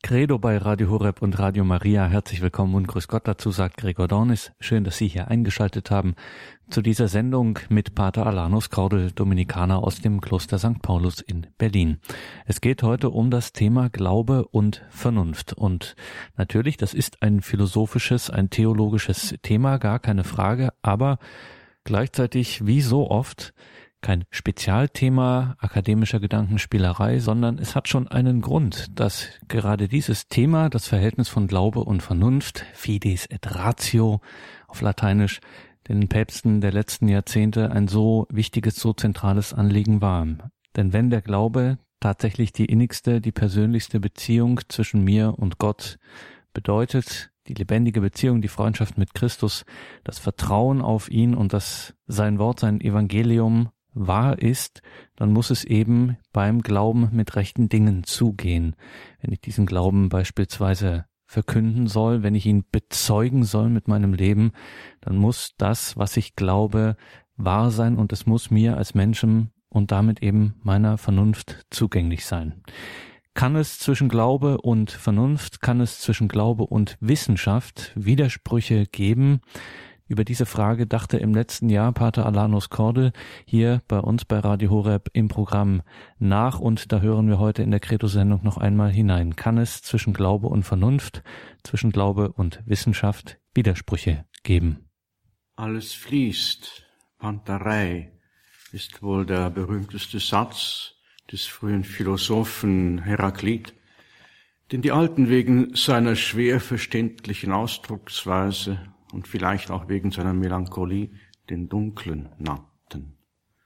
Credo bei Radio Horeb und Radio Maria. Herzlich willkommen und grüß Gott dazu, sagt Gregor Dornis. Schön, dass Sie hier eingeschaltet haben zu dieser Sendung mit Pater Alanos Kordel, Dominikaner aus dem Kloster St. Paulus in Berlin. Es geht heute um das Thema Glaube und Vernunft. Und natürlich, das ist ein philosophisches, ein theologisches Thema, gar keine Frage, aber gleichzeitig, wie so oft, kein Spezialthema akademischer Gedankenspielerei, sondern es hat schon einen Grund, dass gerade dieses Thema, das Verhältnis von Glaube und Vernunft, Fides et Ratio auf Lateinisch, den Päpsten der letzten Jahrzehnte ein so wichtiges, so zentrales Anliegen war. Denn wenn der Glaube tatsächlich die innigste, die persönlichste Beziehung zwischen mir und Gott bedeutet, die lebendige Beziehung, die Freundschaft mit Christus, das Vertrauen auf ihn und dass sein Wort, sein Evangelium wahr ist, dann muss es eben beim Glauben mit rechten Dingen zugehen. Wenn ich diesen Glauben beispielsweise verkünden soll, wenn ich ihn bezeugen soll mit meinem Leben, dann muss das, was ich glaube, wahr sein und es muss mir als Menschen und damit eben meiner Vernunft zugänglich sein. Kann es zwischen Glaube und Vernunft, kann es zwischen Glaube und Wissenschaft Widersprüche geben? Über diese Frage dachte im letzten Jahr Pater Alanos Kordel hier bei uns bei Radio Horeb im Programm nach und da hören wir heute in der Credo-Sendung noch einmal hinein. Kann es zwischen Glaube und Vernunft, zwischen Glaube und Wissenschaft Widersprüche geben? Alles fließt. Pantarei ist wohl der berühmteste Satz des frühen Philosophen Heraklit, den die Alten wegen seiner schwer verständlichen Ausdrucksweise und vielleicht auch wegen seiner Melancholie den Dunklen nannten.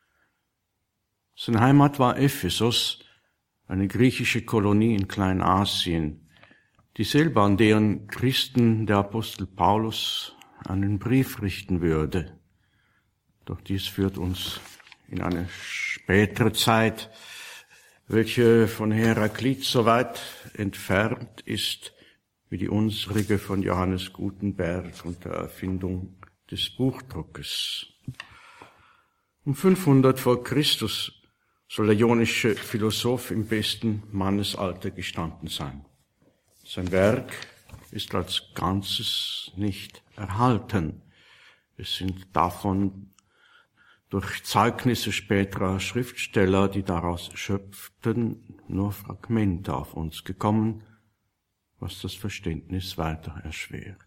Seine Heimat war Ephesos, eine griechische Kolonie in Kleinasien, dieselbe, an deren Christen der Apostel Paulus einen Brief richten würde. Doch dies führt uns in eine spätere Zeit, welche von Heraklit so weit entfernt ist, wie die unsrige von Johannes Gutenberg und der Erfindung des Buchdruckes. Um 500 vor Christus soll der ionische Philosoph im besten Mannesalter gestanden sein. Sein Werk ist als Ganzes nicht erhalten. Es sind davon durch Zeugnisse späterer Schriftsteller, die daraus schöpften, nur Fragmente auf uns gekommen, was das Verständnis weiter erschwert.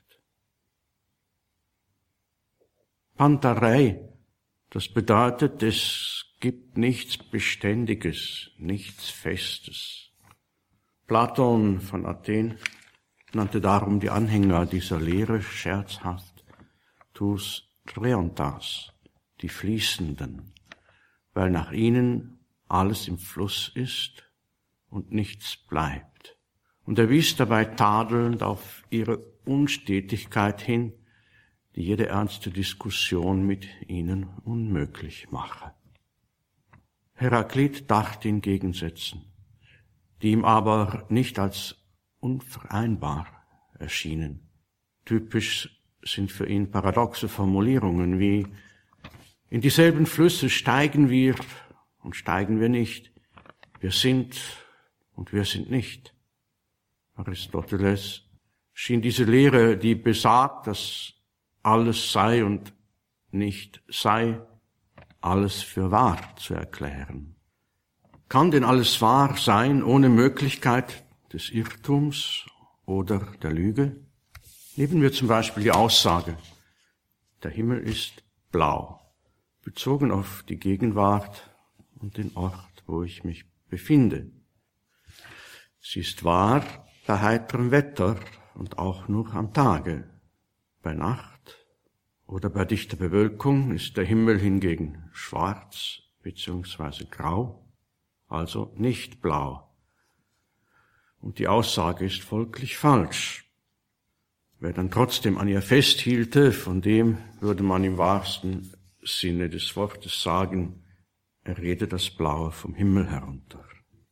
Pantarei, das bedeutet, es gibt nichts Beständiges, nichts Festes. Platon von Athen nannte darum die Anhänger dieser Lehre scherzhaft tous treontas, die Fließenden, weil nach ihnen alles im Fluss ist und nichts bleibt. Und er wies dabei tadelnd auf ihre Unstetigkeit hin, die jede ernste Diskussion mit ihnen unmöglich mache. Heraklit dachte in Gegensätzen, die ihm aber nicht als unvereinbar erschienen. Typisch sind für ihn paradoxe Formulierungen wie: In dieselben Flüsse steigen wir und steigen wir nicht. Wir sind und wir sind nicht. Aristoteles schien diese Lehre, die besagt, dass alles sei und nicht sei, alles für wahr zu erklären. Kann denn alles wahr sein ohne Möglichkeit des Irrtums oder der Lüge? Nehmen wir zum Beispiel die Aussage, der Himmel ist blau, bezogen auf die Gegenwart und den Ort, wo ich mich befinde. Sie ist wahr bei heiterem Wetter und auch nur am Tage. Bei Nacht oder bei dichter Bewölkung ist der Himmel hingegen schwarz bzw. grau, also nicht blau. Und die Aussage ist folglich falsch. Wer dann trotzdem an ihr festhielte, von dem würde man im wahrsten Sinne des Wortes sagen, er rede das Blaue vom Himmel herunter.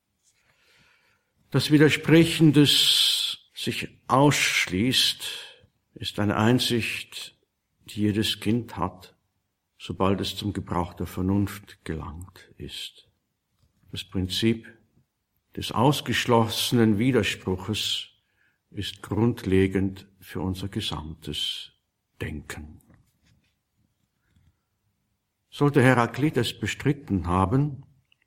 Das Widersprechen, das sich ausschließt, ist eine Einsicht, die jedes Kind hat, sobald es zum Gebrauch der Vernunft gelangt ist. Das Prinzip des ausgeschlossenen Widerspruches ist grundlegend für unser gesamtes Denken. Sollte Heraklit es bestritten haben,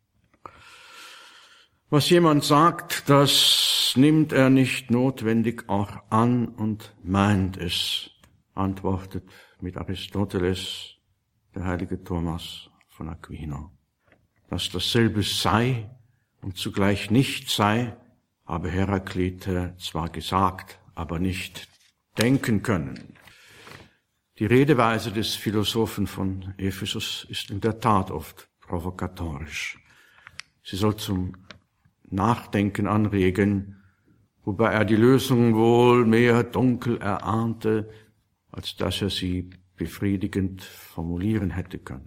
was jemand sagt, das nimmt er nicht notwendig auch an und meint es, antwortet mit Aristoteles der heilige Thomas von Aquino. Dass dasselbe sei und zugleich nicht sei, habe Heraklit zwar gesagt, aber nicht denken können. Die Redeweise des Philosophen von Ephesus ist in der Tat oft provokatorisch. Sie soll zum Nachdenken anregen, wobei er die Lösung wohl mehr dunkel erahnte, als dass er sie befriedigend formulieren hätte können.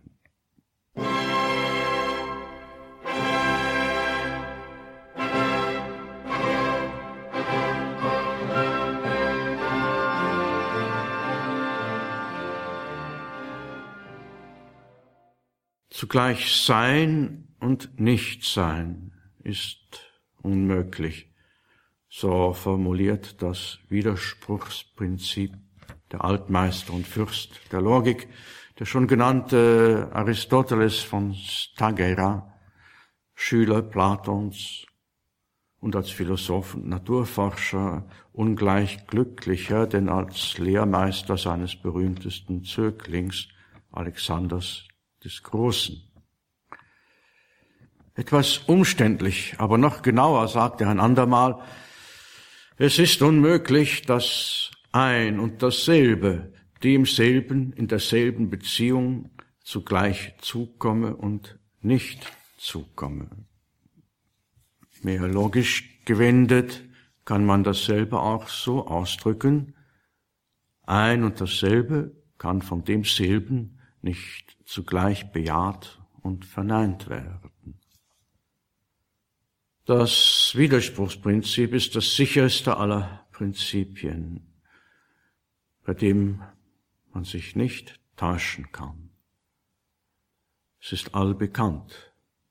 Zugleich Sein und Nichtsein ist unmöglich. So formuliert das Widerspruchsprinzip der Altmeister und Fürst der Logik, der schon genannte Aristoteles von Stagira, Schüler Platons und als Philosoph und Naturforscher ungleich glücklicher, denn als Lehrmeister seines berühmtesten Zöglings Alexanders des Großen. Etwas umständlich, aber noch genauer sagt er ein andermal, es ist unmöglich, dass ein und dasselbe demselben in derselben Beziehung zugleich zukomme und nicht zukomme. Mehr logisch gewendet kann man dasselbe auch so ausdrücken, ein und dasselbe kann von demselben nicht zugleich bejaht und verneint werden. Das Widerspruchsprinzip ist das sicherste aller Prinzipien, bei dem man sich nicht täuschen kann. Es ist allbekannt.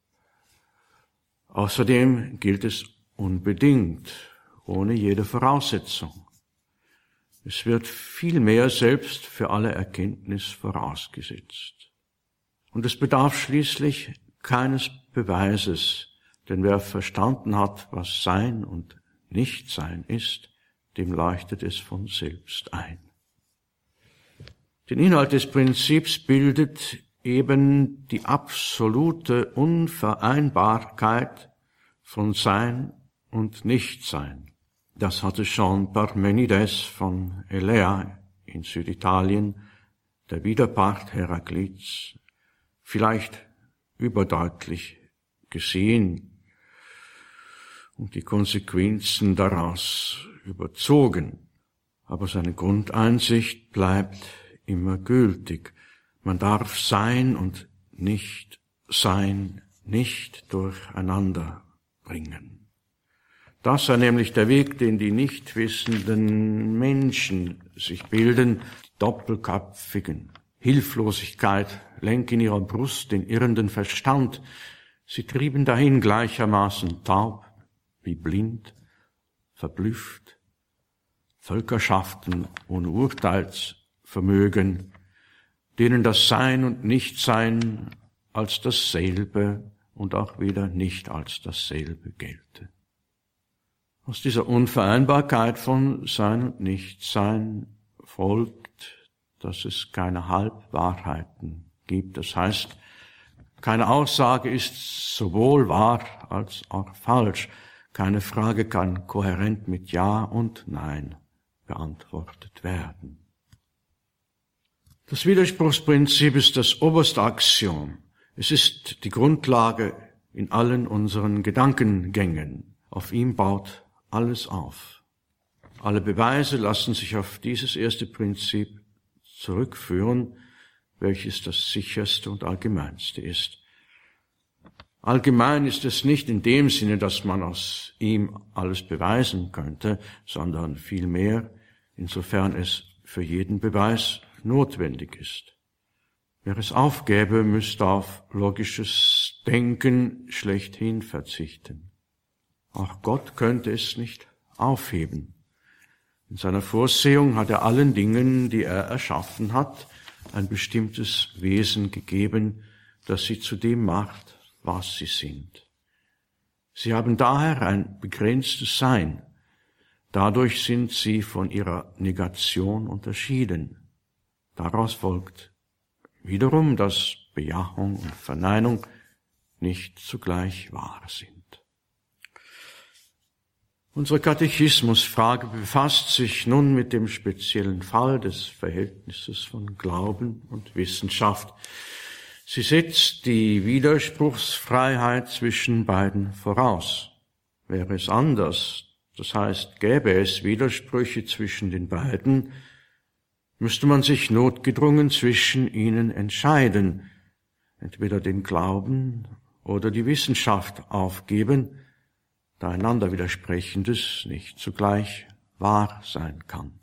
Außerdem gilt es unbedingt, ohne jede Voraussetzung. Es wird vielmehr selbst für alle Erkenntnis vorausgesetzt. Und es bedarf schließlich keines Beweises, denn wer verstanden hat, was Sein und Nichtsein ist, dem leuchtet es von selbst ein. Den Inhalt des Prinzips bildet eben die absolute Unvereinbarkeit von Sein und Nichtsein. Das hatte schon Parmenides von Elea in Süditalien, der Widerpart Heraklits, vielleicht überdeutlich gesehen und die Konsequenzen daraus überzogen. Aber seine Grundeinsicht bleibt immer gültig. Man darf Sein und Nichtsein nicht durcheinander bringen. Das sei nämlich der Weg, den die nicht wissenden Menschen sich bilden, die doppelköpfigen. Hilflosigkeit lenkt in ihrer Brust den irrenden Verstand. Sie trieben dahin gleichermaßen taub wie blind, verblüfft, Völkerschaften ohne Urteilsvermögen, denen das Sein und Nichtsein als dasselbe und auch wieder nicht als dasselbe gelte. Aus dieser Unvereinbarkeit von Sein und Nichtsein folgt, dass es keine Halbwahrheiten gibt. Das heißt, keine Aussage ist sowohl wahr als auch falsch. Keine Frage kann kohärent mit Ja und Nein beantwortet werden. Das Widerspruchsprinzip ist das oberste Axiom. Es ist die Grundlage in allen unseren Gedankengängen. Auf ihm baut alles auf. Alle Beweise lassen sich auf dieses erste Prinzip zurückführen, welches das sicherste und allgemeinste ist. Allgemein ist es nicht in dem Sinne, dass man aus ihm alles beweisen könnte, sondern vielmehr, insofern es für jeden Beweis notwendig ist. Wer es aufgäbe, müsste auf logisches Denken schlechthin verzichten. Auch Gott könnte es nicht aufheben. In seiner Vorsehung hat er allen Dingen, die er erschaffen hat, ein bestimmtes Wesen gegeben, das sie zu dem macht, was sie sind. Sie haben daher ein begrenztes Sein. Dadurch sind sie von ihrer Negation unterschieden. Daraus folgt wiederum, dass Bejahung und Verneinung nicht zugleich wahr sind. Unsere Katechismusfrage befasst sich nun mit dem speziellen Fall des Verhältnisses von Glauben und Wissenschaft. Sie setzt die Widerspruchsfreiheit zwischen beiden voraus. Wäre es anders, das heißt, gäbe es Widersprüche zwischen den beiden, müsste man sich notgedrungen zwischen ihnen entscheiden, entweder den Glauben oder die Wissenschaft aufgeben, da einander Widersprechendes nicht zugleich wahr sein kann.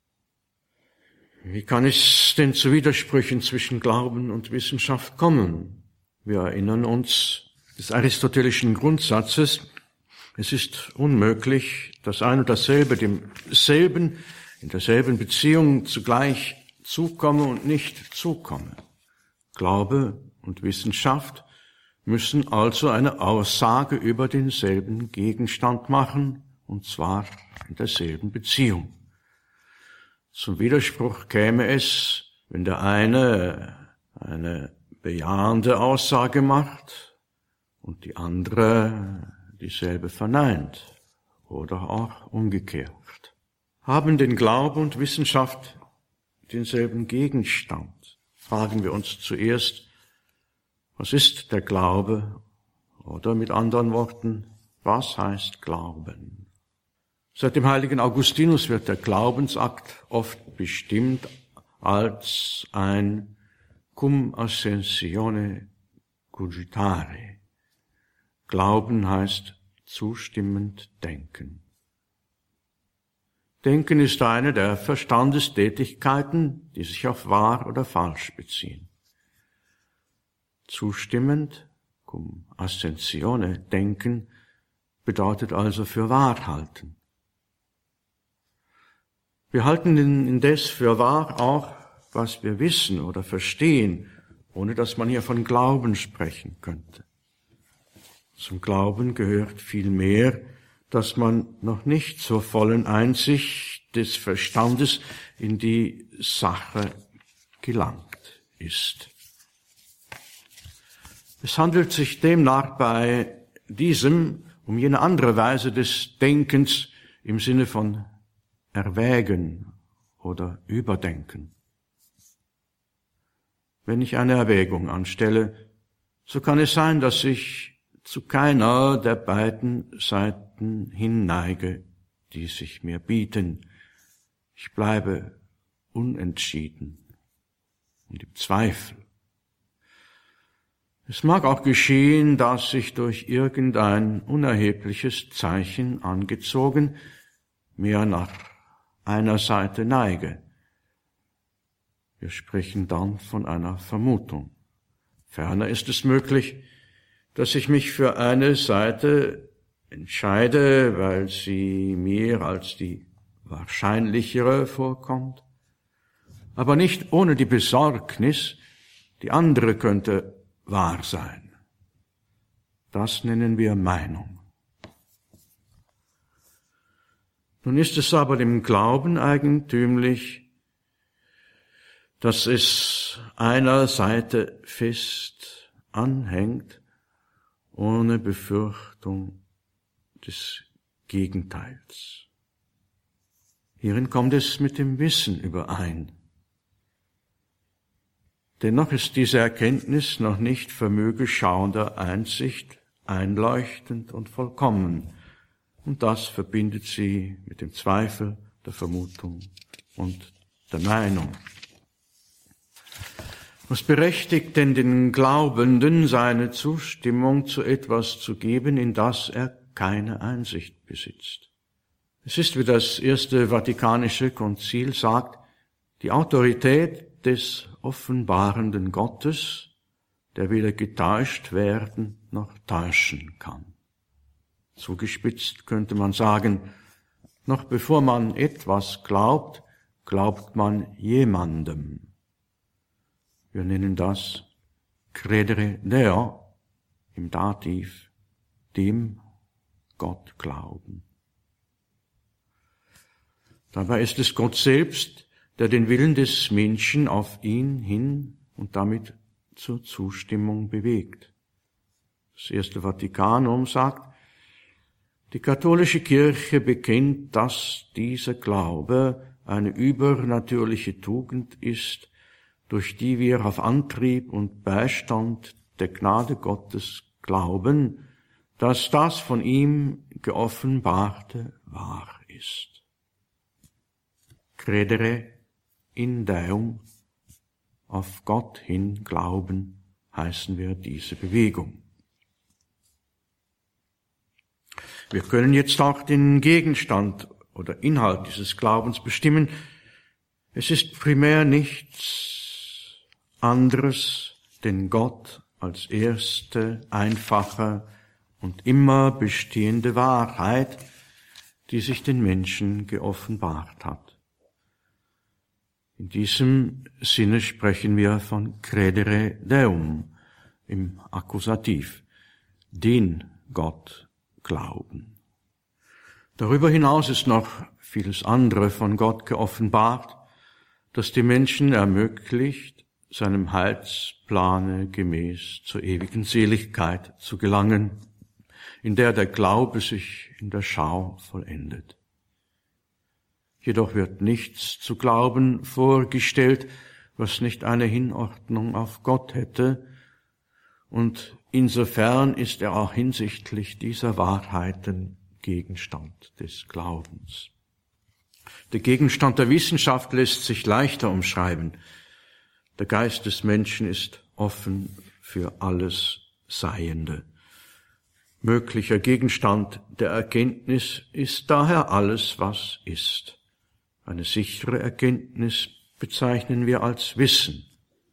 Wie kann es denn zu Widersprüchen zwischen Glauben und Wissenschaft kommen? Wir erinnern uns des aristotelischen Grundsatzes, es ist unmöglich, dass ein und dasselbe demselben in derselben Beziehung zugleich zukomme und nicht zukomme. Glaube und Wissenschaft müssen also eine Aussage über denselben Gegenstand machen, und zwar in derselben Beziehung. Zum Widerspruch käme es, wenn der eine bejahende Aussage macht und die andere dieselbe verneint oder auch umgekehrt. Haben denn Glaube und Wissenschaft denselben Gegenstand? Fragen wir uns zuerst, was ist der Glaube? Oder mit anderen Worten, was heißt Glauben? Seit dem heiligen Augustinus wird der Glaubensakt oft bestimmt als ein cum ascensione cogitare. Glauben heißt zustimmend denken. Denken ist eine der Verstandestätigkeiten, die sich auf wahr oder falsch beziehen. Zustimmend, cum ascensione, denken, bedeutet also für wahr halten. Wir halten indes für wahr auch, was wir wissen oder verstehen, ohne dass man hier von Glauben sprechen könnte. Zum Glauben gehört vielmehr, dass man noch nicht zur vollen Einsicht des Verstandes in die Sache gelangt ist. Es handelt sich demnach bei diesem um jene andere Weise des Denkens im Sinne von erwägen oder überdenken. Wenn ich eine Erwägung anstelle, so kann es sein, dass ich zu keiner der beiden Seiten hinneige, die sich mir bieten. Ich bleibe unentschieden und im Zweifel. Es mag auch geschehen, dass ich durch irgendein unerhebliches Zeichen angezogen mehr nach einer Seite neige. Wir sprechen dann von einer Vermutung. Ferner ist es möglich, dass ich mich für eine Seite entscheide, weil sie mir als die wahrscheinlichere vorkommt, aber nicht ohne die Besorgnis, die andere könnte wahr sein. Das nennen wir Meinung. Nun ist es aber dem Glauben eigentümlich, dass es einer Seite fest anhängt, ohne Befürchtung des Gegenteils. Hierin kommt es mit dem Wissen überein. Dennoch ist diese Erkenntnis noch nicht vermöge schauender Einsicht einleuchtend und vollkommen, und das verbindet sie mit dem Zweifel, der Vermutung und der Meinung. Was berechtigt denn den Glaubenden, seine Zustimmung zu etwas zu geben, in das er keine Einsicht besitzt? Es ist, wie das Erste Vatikanische Konzil sagt, die Autorität des offenbarenden Gottes, der weder getäuscht werden noch täuschen kann. Zugespitzt könnte man sagen, noch bevor man etwas glaubt, glaubt man jemandem. Wir nennen das credere Deo im Dativ, dem Gott glauben. Dabei ist es Gott selbst, der den Willen des Menschen auf ihn hin und damit zur Zustimmung bewegt. Das Erste Vatikanum sagt, die katholische Kirche bekennt, dass dieser Glaube eine übernatürliche Tugend ist, durch die wir auf Antrieb und Beistand der Gnade Gottes glauben, dass das von ihm geoffenbarte wahr ist. Credere in Deum, auf Gott hin glauben, heißen wir diese Bewegung. Wir können jetzt auch den Gegenstand oder Inhalt dieses Glaubens bestimmen. Es ist primär nichts anderes, denn Gott als erste, einfache und immer bestehende Wahrheit, die sich den Menschen geoffenbart hat. In diesem Sinne sprechen wir von credere Deum im Akkusativ, den Gott glauben. Darüber hinaus ist noch vieles andere von Gott geoffenbart, das die Menschen ermöglicht, seinem Heilsplane gemäß zur ewigen Seligkeit zu gelangen, in der der Glaube sich in der Schau vollendet. Jedoch wird nichts zu glauben vorgestellt, was nicht eine Hinordnung auf Gott hätte, und insofern ist er auch hinsichtlich dieser Wahrheiten Gegenstand des Glaubens. Der Gegenstand der Wissenschaft lässt sich leichter umschreiben. Der Geist des Menschen ist offen für alles Seiende. Möglicher Gegenstand der Erkenntnis ist daher alles, was ist. Eine sichere Erkenntnis bezeichnen wir als Wissen.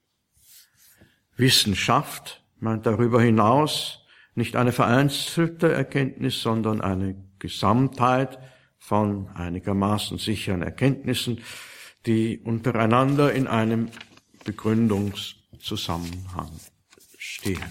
Wissenschaft meint darüber hinaus nicht eine vereinzelte Erkenntnis, sondern eine Gesamtheit von einigermaßen sicheren Erkenntnissen, die untereinander in einem Begründungszusammenhang stehen.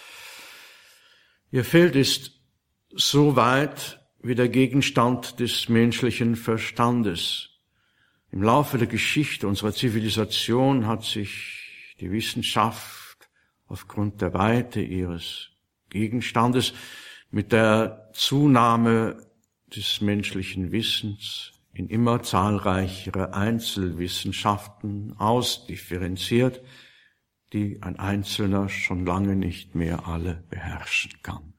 Ihr Feld ist so weit wie der Gegenstand des menschlichen Verstandes. Im Laufe der Geschichte unserer Zivilisation hat sich die Wissenschaft aufgrund der Weite ihres Gegenstandes mit der Zunahme des menschlichen Wissens in immer zahlreichere Einzelwissenschaften ausdifferenziert, die ein Einzelner schon lange nicht mehr alle beherrschen kann.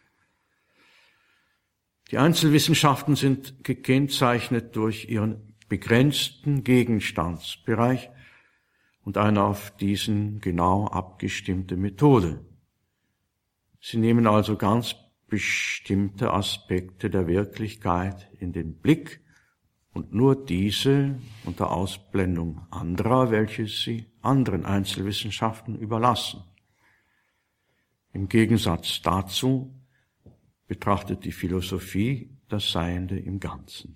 Die Einzelwissenschaften sind gekennzeichnet durch ihren begrenzten Gegenstandsbereich und eine auf diesen genau abgestimmte Methode. Sie nehmen also ganz bestimmte Aspekte der Wirklichkeit in den Blick und nur diese unter Ausblendung anderer, welche sie anderen Einzelwissenschaften überlassen. Im Gegensatz dazu betrachtet die Philosophie das Seiende im Ganzen.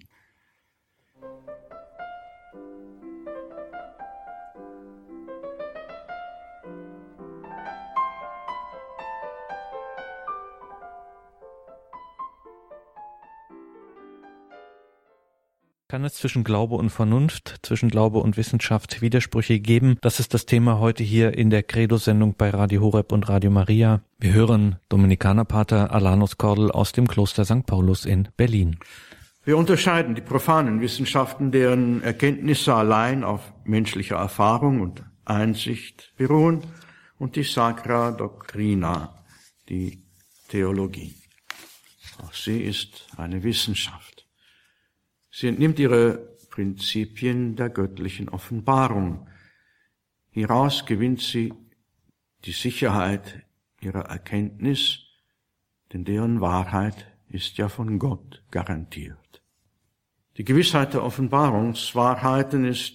Kann es zwischen Glaube und Vernunft, zwischen Glaube und Wissenschaft Widersprüche geben? Das ist das Thema heute hier in der Credo-Sendung bei Radio Horeb und Radio Maria. Wir hören Dominikanerpater Alanos Kordel aus dem Kloster St. Paulus in Berlin. Wir unterscheiden die profanen Wissenschaften, deren Erkenntnisse allein auf menschlicher Erfahrung und Einsicht beruhen, und die Sacra Doctrina, die Theologie. Auch sie ist eine Wissenschaft. Sie entnimmt ihre Prinzipien der göttlichen Offenbarung. Hieraus gewinnt sie die Sicherheit ihrer Erkenntnis, denn deren Wahrheit ist ja von Gott garantiert. Die Gewissheit der Offenbarungswahrheiten ist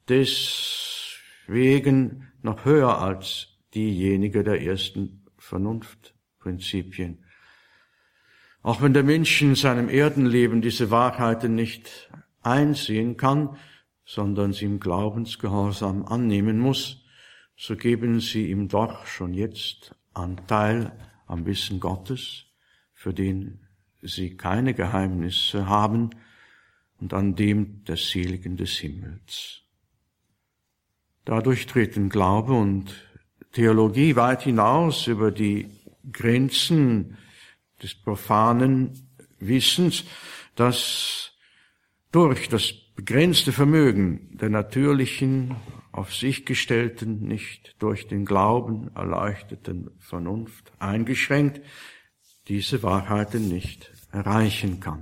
deswegen noch höher als diejenige der ersten Vernunftprinzipien. Auch wenn der Mensch in seinem Erdenleben diese Wahrheiten nicht einsehen kann, sondern sie im Glaubensgehorsam annehmen muss, so geben sie ihm doch schon jetzt Anteil am Wissen Gottes, für den sie keine Geheimnisse haben, und an dem der Seligen des Himmels. Dadurch treten Glaube und Theologie weit hinaus über die Grenzen des profanen Wissens, das durch das begrenzte Vermögen der natürlichen, auf sich gestellten, nicht durch den Glauben erleuchteten Vernunft eingeschränkt, diese Wahrheiten nicht erreichen kann.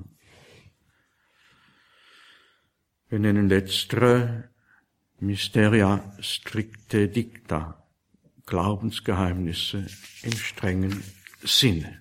Wir nennen letztere Mysteria stricte dicta, Glaubensgeheimnisse im strengen Sinne.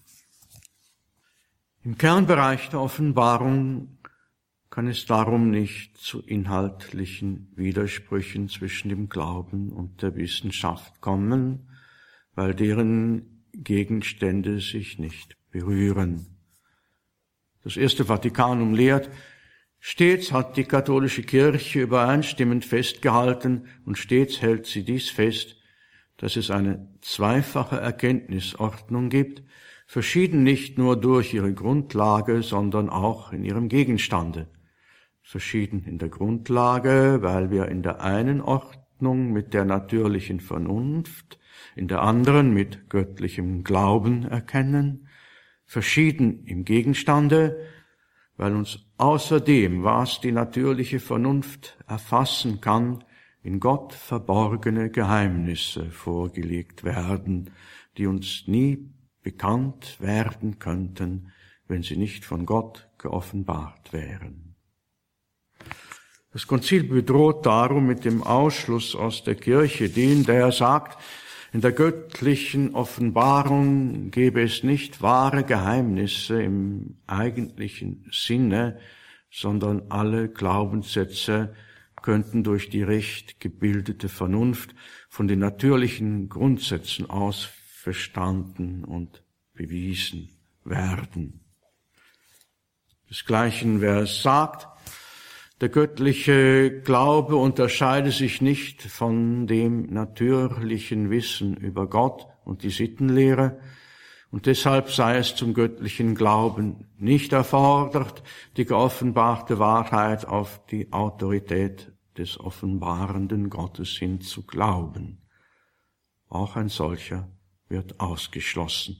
Im Kernbereich der Offenbarung kann es darum nicht zu inhaltlichen Widersprüchen zwischen dem Glauben und der Wissenschaft kommen, weil deren Gegenstände sich nicht berühren. Das Erste Vatikanum lehrt, stets hat die katholische Kirche übereinstimmend festgehalten und stets hält sie dies fest, dass es eine zweifache Erkenntnisordnung gibt, verschieden nicht nur durch ihre Grundlage, sondern auch in ihrem Gegenstande. Verschieden in der Grundlage, weil wir in der einen Ordnung mit der natürlichen Vernunft, in der anderen mit göttlichem Glauben erkennen, verschieden im Gegenstande, weil uns außerdem, was die natürliche Vernunft erfassen kann, in Gott verborgene Geheimnisse vorgelegt werden, die uns nie bekannt werden könnten, wenn sie nicht von Gott geoffenbart wären. Das Konzil bedroht darum mit dem Ausschluss aus der Kirche den, der sagt, in der göttlichen Offenbarung gebe es nicht wahre Geheimnisse im eigentlichen Sinne, sondern alle Glaubenssätze könnten durch die recht gebildete Vernunft von den natürlichen Grundsätzen aus verstanden und bewiesen werden. Desgleichen, wer es sagt, der göttliche Glaube unterscheide sich nicht von dem natürlichen Wissen über Gott und die Sittenlehre, und deshalb sei es zum göttlichen Glauben nicht erfordert, die geoffenbarte Wahrheit auf die Autorität des offenbarenden Gottes hin zu glauben. Auch ein solcher wird ausgeschlossen.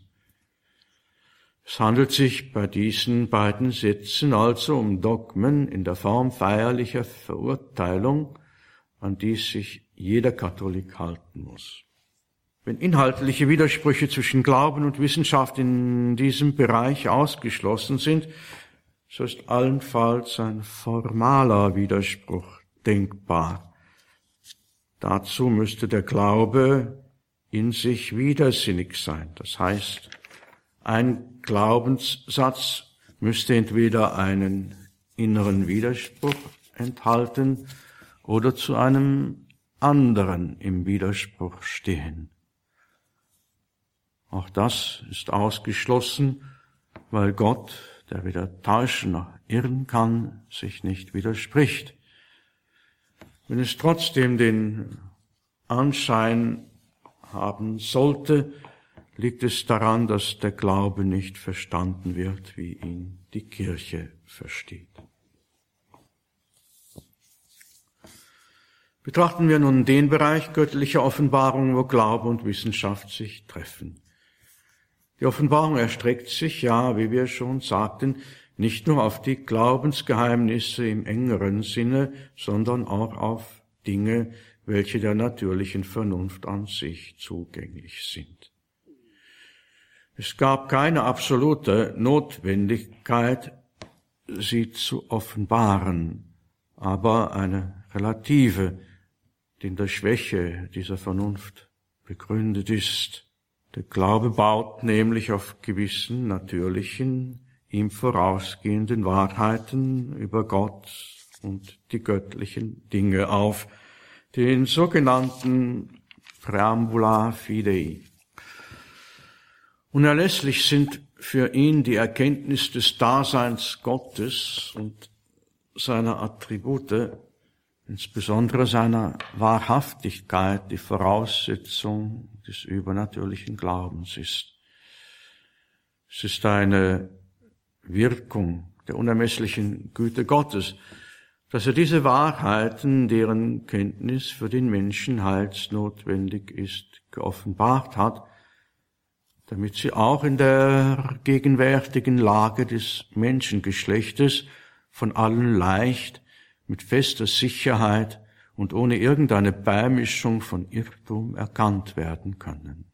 Es handelt sich bei diesen beiden Sätzen also um Dogmen in der Form feierlicher Verurteilung, an die sich jeder Katholik halten muss. Wenn inhaltliche Widersprüche zwischen Glauben und Wissenschaft in diesem Bereich ausgeschlossen sind, so ist allenfalls ein formaler Widerspruch denkbar. Dazu müsste der Glaube in sich widersinnig sein. Das heißt, ein Glaubenssatz müsste entweder einen inneren Widerspruch enthalten oder zu einem anderen im Widerspruch stehen. Auch das ist ausgeschlossen, weil Gott, der weder täuschen noch irren kann, sich nicht widerspricht. Wenn es trotzdem den Anschein haben sollte, liegt es daran, dass der Glaube nicht verstanden wird, wie ihn die Kirche versteht. Betrachten wir nun den Bereich göttlicher Offenbarung, wo Glaube und Wissenschaft sich treffen. Die Offenbarung erstreckt sich, ja, wie wir schon sagten, nicht nur auf die Glaubensgeheimnisse im engeren Sinne, sondern auch auf Dinge, welche der natürlichen Vernunft an sich zugänglich sind. Es gab keine absolute Notwendigkeit, sie zu offenbaren, aber eine relative, die in der Schwäche dieser Vernunft begründet ist. Der Glaube baut nämlich auf gewissen natürlichen, ihm vorausgehenden Wahrheiten über Gott und die göttlichen Dinge auf, den sogenannten Praembula Fidei. Unerlässlich sind für ihn die Erkenntnis des Daseins Gottes und seiner Attribute, insbesondere seiner Wahrhaftigkeit, die Voraussetzung des übernatürlichen Glaubens ist. Es ist eine Wirkung der unermesslichen Güte Gottes, dass er diese Wahrheiten, deren Kenntnis für den Menschen heilsnotwendig ist, geoffenbart hat, damit sie auch in der gegenwärtigen Lage des Menschengeschlechtes von allen leicht, mit fester Sicherheit und ohne irgendeine Beimischung von Irrtum erkannt werden können.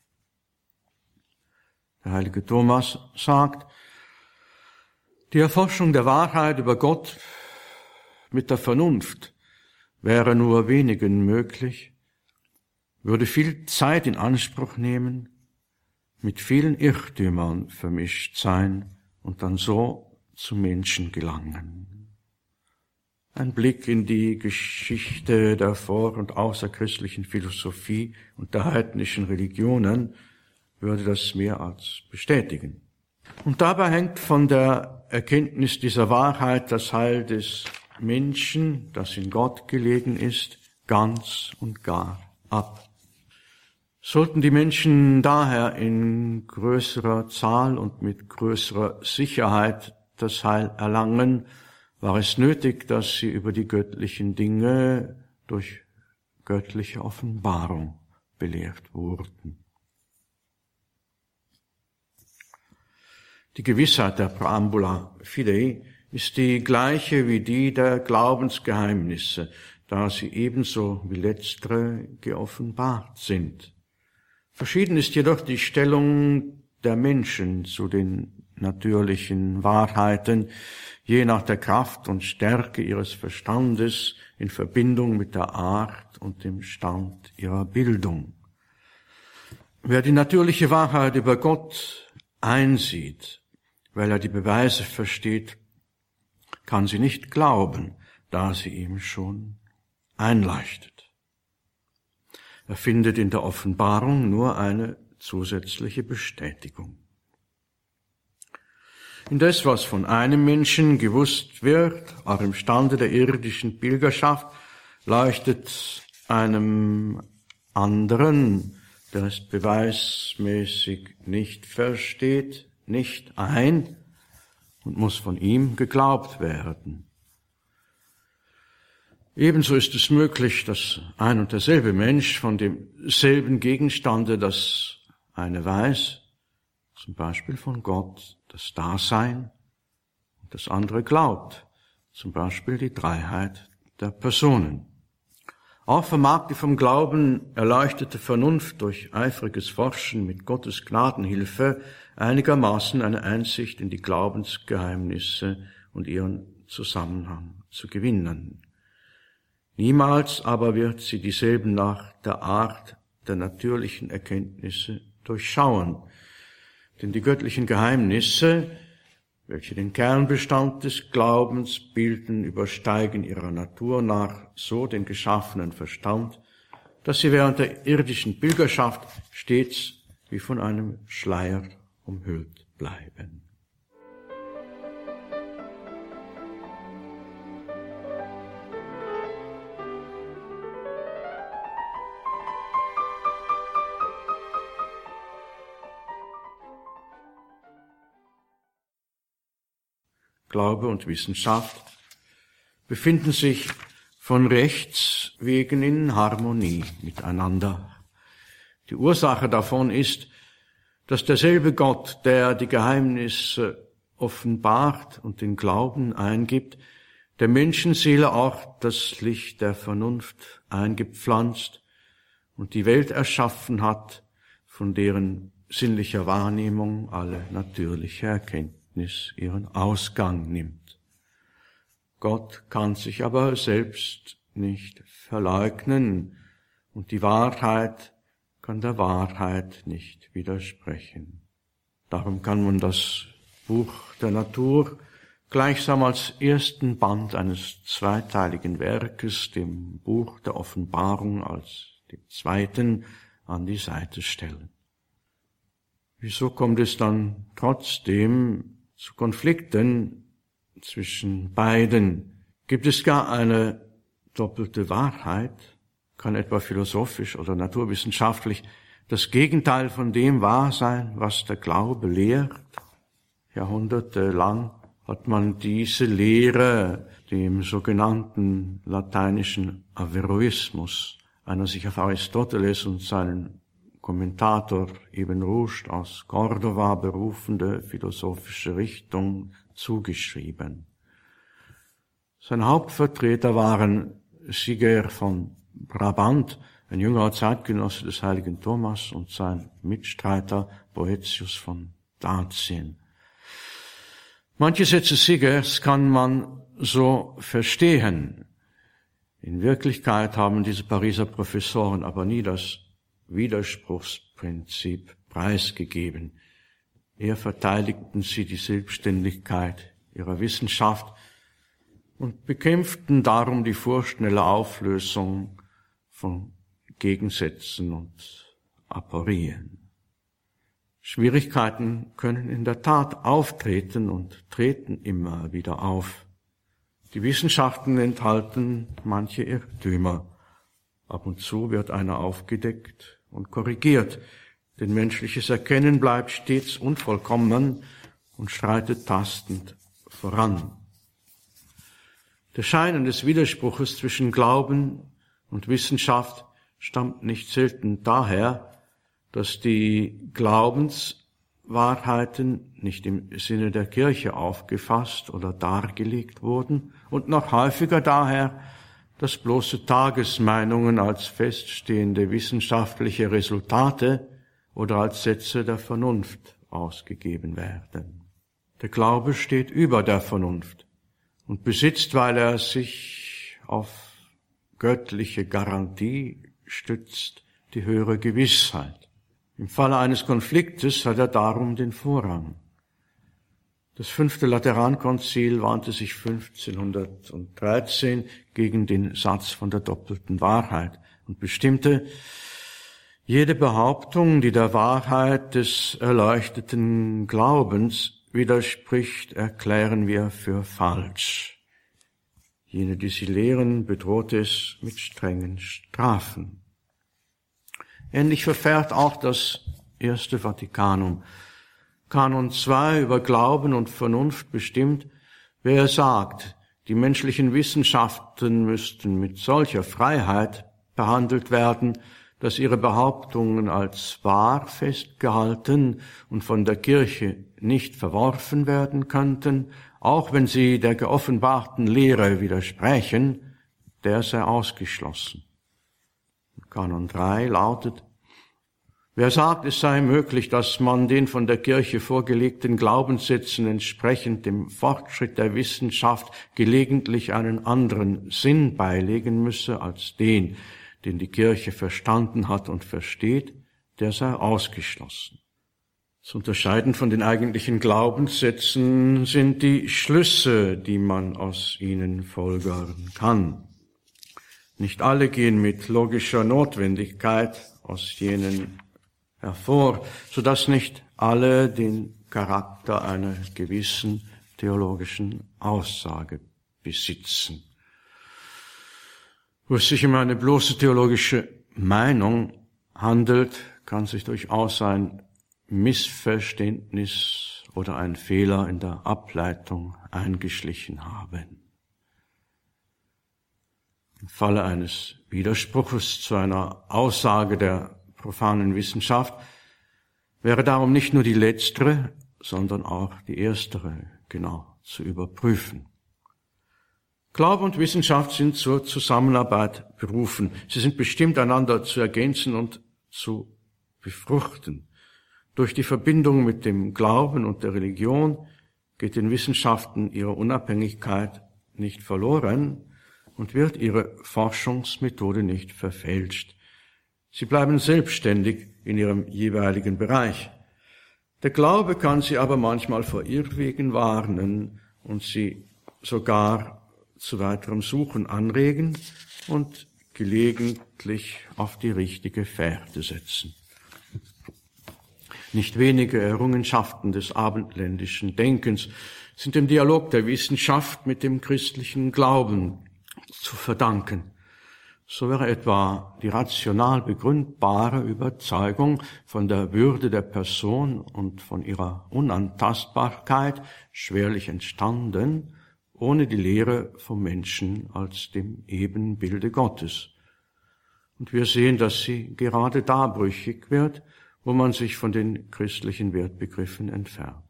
Der heilige Thomas sagt, die Erforschung der Wahrheit über Gott mit der Vernunft wäre nur wenigen möglich, würde viel Zeit in Anspruch nehmen, mit vielen Irrtümern vermischt sein und dann so zum Menschen gelangen. Ein Blick in die Geschichte der vor- und außerchristlichen Philosophie und der heidnischen Religionen würde das mehr als bestätigen. Und dabei hängt von der Erkenntnis dieser Wahrheit das Heil des Menschen, das in Gott gelegen ist, ganz und gar ab. Sollten die Menschen daher in größerer Zahl und mit größerer Sicherheit das Heil erlangen, war es nötig, dass sie über die göttlichen Dinge durch göttliche Offenbarung belehrt wurden. Die Gewissheit der Praambula Fidei ist die gleiche wie die der Glaubensgeheimnisse, da sie ebenso wie letztere geoffenbart sind. Verschieden ist jedoch die Stellung der Menschen zu den natürlichen Wahrheiten, je nach der Kraft und Stärke ihres Verstandes in Verbindung mit der Art und dem Stand ihrer Bildung. Wer die natürliche Wahrheit über Gott einsieht, weil er die Beweise versteht, kann sie nicht glauben, da sie ihm schon einleuchtet. Er findet in der Offenbarung nur eine zusätzliche Bestätigung. Indes, was von einem Menschen gewusst wird, auch im Stande der irdischen Pilgerschaft, leuchtet einem anderen, der es beweismäßig nicht versteht, nicht ein und muss von ihm geglaubt werden. Ebenso ist es möglich, dass ein und derselbe Mensch von demselben Gegenstande das eine weiß, zum Beispiel von Gott, das Dasein, und das andere glaubt, zum Beispiel die Dreiheit der Personen. Auch vermag die vom Glauben erleuchtete Vernunft durch eifriges Forschen mit Gottes Gnadenhilfe einigermaßen eine Einsicht in die Glaubensgeheimnisse und ihren Zusammenhang zu gewinnen. Niemals aber wird sie dieselben nach der Art der natürlichen Erkenntnisse durchschauen. Denn die göttlichen Geheimnisse, welche den Kernbestand des Glaubens bilden, übersteigen ihrer Natur nach so den geschaffenen Verstand, dass sie während der irdischen Pilgerschaft stets wie von einem Schleier umhüllt bleiben. Glaube und Wissenschaft befinden sich von Rechts wegen in Harmonie miteinander. Die Ursache davon ist, dass derselbe Gott, der die Geheimnisse offenbart und den Glauben eingibt, der Menschenseele auch das Licht der Vernunft eingepflanzt und die Welt erschaffen hat, von deren sinnlicher Wahrnehmung alle natürliche Erkenntnis ihren Ausgang nimmt. Gott kann sich aber selbst nicht verleugnen und die Wahrheit kann der Wahrheit nicht widersprechen. Darum kann man das Buch der Natur gleichsam als ersten Band eines zweiteiligen Werkes, dem Buch der Offenbarung als dem zweiten, an die Seite stellen. Wieso kommt es dann trotzdem zu Konflikten zwischen beiden? Gibt es gar eine doppelte Wahrheit? Kann etwa philosophisch oder naturwissenschaftlich das Gegenteil von dem wahr sein, was der Glaube lehrt? Jahrhundertelang hat man diese Lehre dem sogenannten lateinischen Averroismus, einer sich auf Aristoteles und seinen Kommentator Ibn Rushd aus Cordova berufende philosophische Richtung zugeschrieben. Sein Hauptvertreter waren Siger von Brabant, ein jüngerer Zeitgenosse des heiligen Thomas, und sein Mitstreiter Boetius von Dazien. Manche Sätze Sigers kann man so verstehen. In Wirklichkeit haben diese Pariser Professoren aber nie das Widerspruchsprinzip preisgegeben. Eher verteidigten sie die Selbstständigkeit ihrer Wissenschaft und bekämpften darum die vorschnelle Auflösung von Gegensätzen und Aporien. Schwierigkeiten können in der Tat auftreten und treten immer wieder auf. Die Wissenschaften enthalten manche Irrtümer. Ab und zu wird einer aufgedeckt und korrigiert, denn menschliches Erkennen bleibt stets unvollkommen und schreitet tastend voran. Der Schein eines Widerspruches zwischen Glauben und Wissenschaft stammt nicht selten daher, dass die Glaubenswahrheiten nicht im Sinne der Kirche aufgefasst oder dargelegt wurden und noch häufiger daher, dass bloße Tagesmeinungen als feststehende wissenschaftliche Resultate oder als Sätze der Vernunft ausgegeben werden. Der Glaube steht über der Vernunft und besitzt, weil er sich auf göttliche Garantie stützt, die höhere Gewissheit. Im Falle eines Konfliktes hat er darum den Vorrang. Das 5. Laterankonzil wandte sich 1513 gegen den Satz von der doppelten Wahrheit und bestimmte, jede Behauptung, die der Wahrheit des erleuchteten Glaubens widerspricht, erklären wir für falsch. Jene, die sie lehren, bedroht es mit strengen Strafen. Ähnlich verfährt auch das Erste Vatikanum. Kanon 2 über Glauben und Vernunft bestimmt, wer sagt, die menschlichen Wissenschaften müssten mit solcher Freiheit behandelt werden, dass ihre Behauptungen als wahr festgehalten und von der Kirche nicht verworfen werden könnten, auch wenn sie der geoffenbarten Lehre widersprechen, der sei ausgeschlossen. Kanon 3 lautet, wer sagt, es sei möglich, dass man den von der Kirche vorgelegten Glaubenssätzen entsprechend dem Fortschritt der Wissenschaft gelegentlich einen anderen Sinn beilegen müsse als den die Kirche verstanden hat und versteht, der sei ausgeschlossen. Zu unterscheiden von den eigentlichen Glaubenssätzen sind die Schlüsse, die man aus ihnen folgern kann. Nicht alle gehen mit logischer Notwendigkeit aus jenen hervor, sodass nicht alle den Charakter einer gewissen theologischen Aussage besitzen. Wo es sich um eine bloße theologische Meinung handelt, kann sich durchaus ein Missverständnis oder ein Fehler in der Ableitung eingeschlichen haben. Im Falle eines Widerspruches zu einer Aussage der profanen Wissenschaft wäre darum nicht nur die letztere, sondern auch die erstere genau zu überprüfen. Glaube und Wissenschaft sind zur Zusammenarbeit berufen. Sie sind bestimmt, einander zu ergänzen und zu befruchten. Durch die Verbindung mit dem Glauben und der Religion geht den Wissenschaften ihre Unabhängigkeit nicht verloren und wird ihre Forschungsmethode nicht verfälscht. Sie bleiben selbstständig in ihrem jeweiligen Bereich. Der Glaube kann sie aber manchmal vor Irrwegen warnen und sie sogar zu weiterem Suchen anregen und gelegentlich auf die richtige Fährte setzen. Nicht wenige Errungenschaften des abendländischen Denkens sind dem Dialog der Wissenschaft mit dem christlichen Glauben zu verdanken. So wäre etwa die rational begründbare Überzeugung von der Würde der Person und von ihrer Unantastbarkeit schwerlich entstanden, ohne die Lehre vom Menschen als dem Ebenbilde Gottes. Und wir sehen, dass sie gerade da brüchig wird, wo man sich von den christlichen Wertbegriffen entfernt.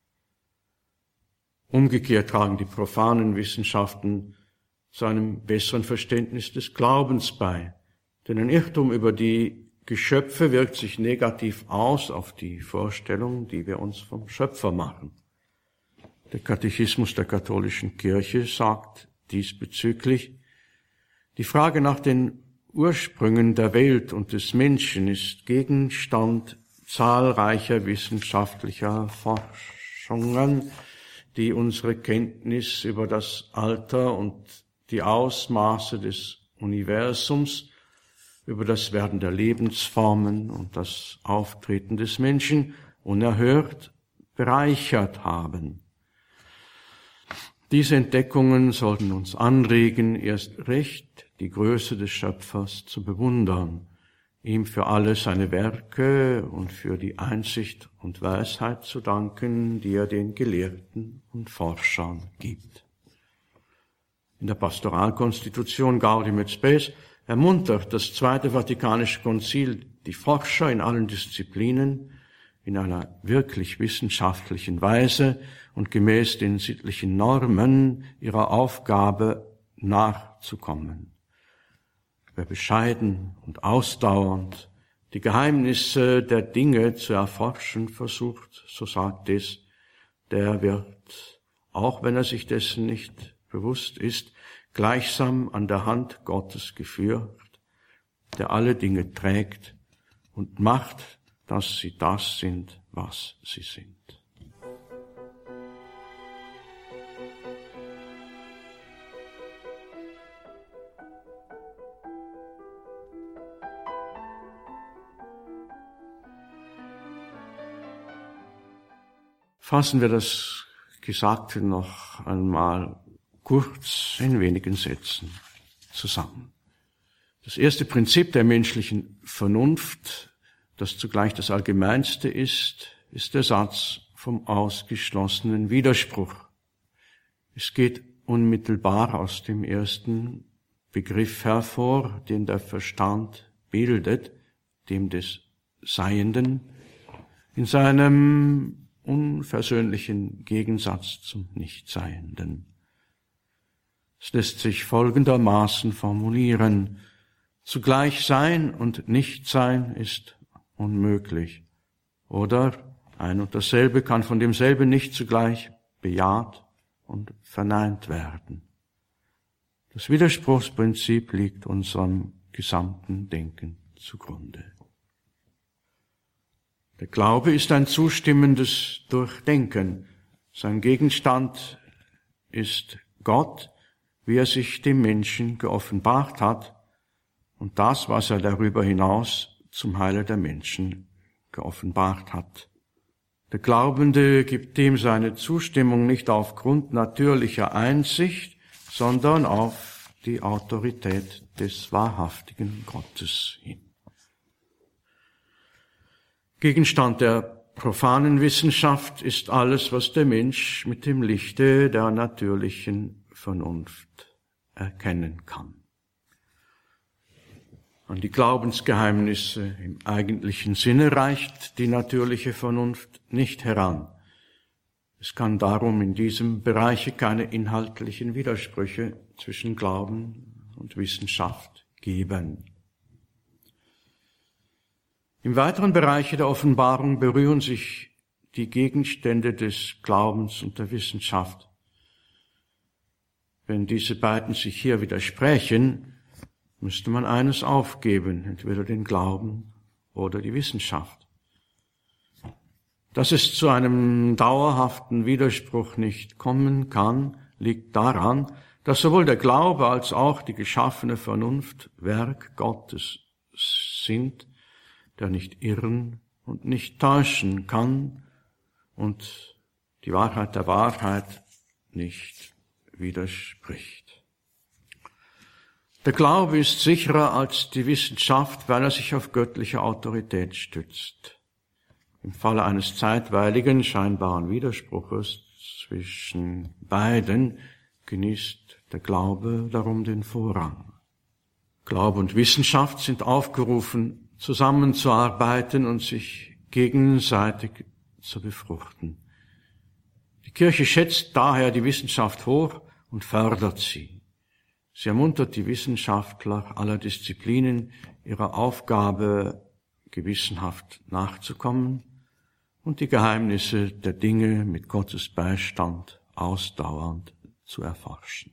Umgekehrt tragen die profanen Wissenschaften zu einem besseren Verständnis des Glaubens bei. Denn ein Irrtum über die Geschöpfe wirkt sich negativ aus auf die Vorstellung, die wir uns vom Schöpfer machen. Der Katechismus der katholischen Kirche sagt diesbezüglich: Die Frage nach den Ursprüngen der Welt und des Menschen ist Gegenstand zahlreicher wissenschaftlicher Forschungen, die unsere Kenntnis über das Alter und die Ausmaße des Universums, über das Werden der Lebensformen und das Auftreten des Menschen unerhört bereichert haben. Diese Entdeckungen sollten uns anregen, erst recht die Größe des Schöpfers zu bewundern, ihm für alle seine Werke und für die Einsicht und Weisheit zu danken, die er den Gelehrten und Forschern gibt. In der Pastoralkonstitution Gaudium et Spes ermuntert das Zweite Vatikanische Konzil die Forscher in allen Disziplinen in einer wirklich wissenschaftlichen Weise und gemäß den sittlichen Normen ihrer Aufgabe nachzukommen. Wer bescheiden und ausdauernd die Geheimnisse der Dinge zu erforschen versucht, so sagt es, der wird, auch wenn er sich dessen nicht bewusst ist, gleichsam an der Hand Gottes geführt, der alle Dinge trägt und macht, dass sie das sind, was sie sind. Fassen wir das Gesagte noch einmal kurz in wenigen Sätzen zusammen. Das erste Prinzip der menschlichen Vernunft, das zugleich das allgemeinste ist der Satz vom ausgeschlossenen Widerspruch. Es geht unmittelbar aus dem ersten Begriff hervor, den der Verstand bildet, dem des Seienden, in seinem unversöhnlichen Gegensatz zum Nichtseienden. Es lässt sich folgendermaßen formulieren: Zugleich Sein und Nichtsein ist unmöglich. Oder ein und dasselbe kann von demselben nicht zugleich bejaht und verneint werden. Das Widerspruchsprinzip liegt unserem gesamten Denken zugrunde. Der Glaube ist ein zustimmendes Durchdenken. Sein Gegenstand ist Gott, wie er sich dem Menschen geoffenbart hat, und das, was er darüber hinaus zum Heile der Menschen geoffenbart hat. Der Glaubende gibt dem seine Zustimmung nicht aufgrund natürlicher Einsicht, sondern auf die Autorität des wahrhaftigen Gottes hin. Gegenstand der profanen Wissenschaft ist alles, was der Mensch mit dem Lichte der natürlichen Vernunft erkennen kann. An die Glaubensgeheimnisse im eigentlichen Sinne reicht die natürliche Vernunft nicht heran. Es kann darum in diesem Bereich keine inhaltlichen Widersprüche zwischen Glauben und Wissenschaft geben. Im weiteren Bereich der Offenbarung berühren sich die Gegenstände des Glaubens und der Wissenschaft. Wenn diese beiden sich hier widersprechen, müsste man eines aufgeben, entweder den Glauben oder die Wissenschaft. Dass es zu einem dauerhaften Widerspruch nicht kommen kann, liegt daran, dass sowohl der Glaube als auch die geschaffene Vernunft Werk Gottes sind, der nicht irren und nicht täuschen kann und die Wahrheit der Wahrheit nicht widerspricht. Der Glaube ist sicherer als die Wissenschaft, weil er sich auf göttliche Autorität stützt. Im Falle eines zeitweiligen, scheinbaren Widerspruches zwischen beiden genießt der Glaube darum den Vorrang. Glaube und Wissenschaft sind aufgerufen, zusammenzuarbeiten und sich gegenseitig zu befruchten. Die Kirche schätzt daher die Wissenschaft hoch und fördert sie. Sie ermuntert die Wissenschaftler aller Disziplinen, ihrer Aufgabe gewissenhaft nachzukommen und die Geheimnisse der Dinge mit Gottes Beistand ausdauernd zu erforschen.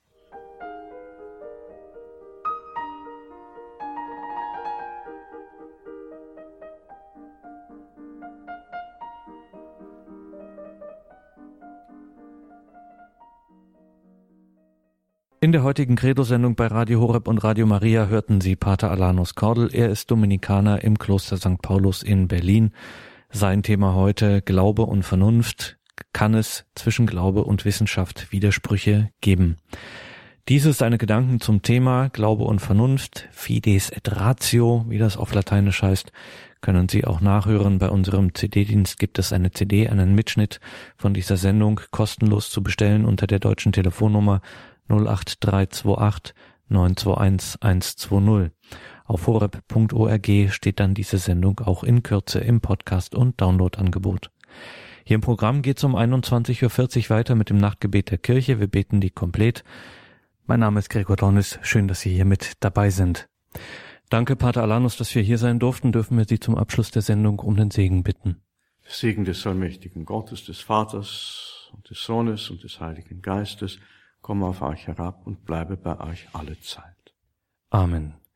In der heutigen Credo-Sendung bei Radio Horeb und Radio Maria hörten Sie Pater Alanus Kordel. Er ist Dominikaner im Kloster St. Paulus in Berlin. Sein Thema heute: Glaube und Vernunft. Kann es zwischen Glaube und Wissenschaft Widersprüche geben? Diese seine Gedanken zum Thema Glaube und Vernunft, Fides et Ratio, wie das auf Lateinisch heißt, können Sie auch nachhören. Bei unserem CD-Dienst gibt es eine CD, einen Mitschnitt von dieser Sendung, kostenlos zu bestellen unter der deutschen Telefonnummer 08328 921 120. Auf horeb.org steht dann diese Sendung auch in Kürze im Podcast- und Downloadangebot. Hier im Programm geht es um 21.40 Uhr weiter mit dem Nachtgebet der Kirche. Wir beten die komplett. Mein Name ist Gregor Dornis. Schön, dass Sie hier mit dabei sind. Danke, Pater Alanus, dass wir hier sein durften. Dürfen wir Sie zum Abschluss der Sendung um den Segen bitten. Segen des allmächtigen Gottes, des Vaters und des Sohnes und des Heiligen Geistes, komme auf euch herab und bleibe bei euch alle Zeit. Amen.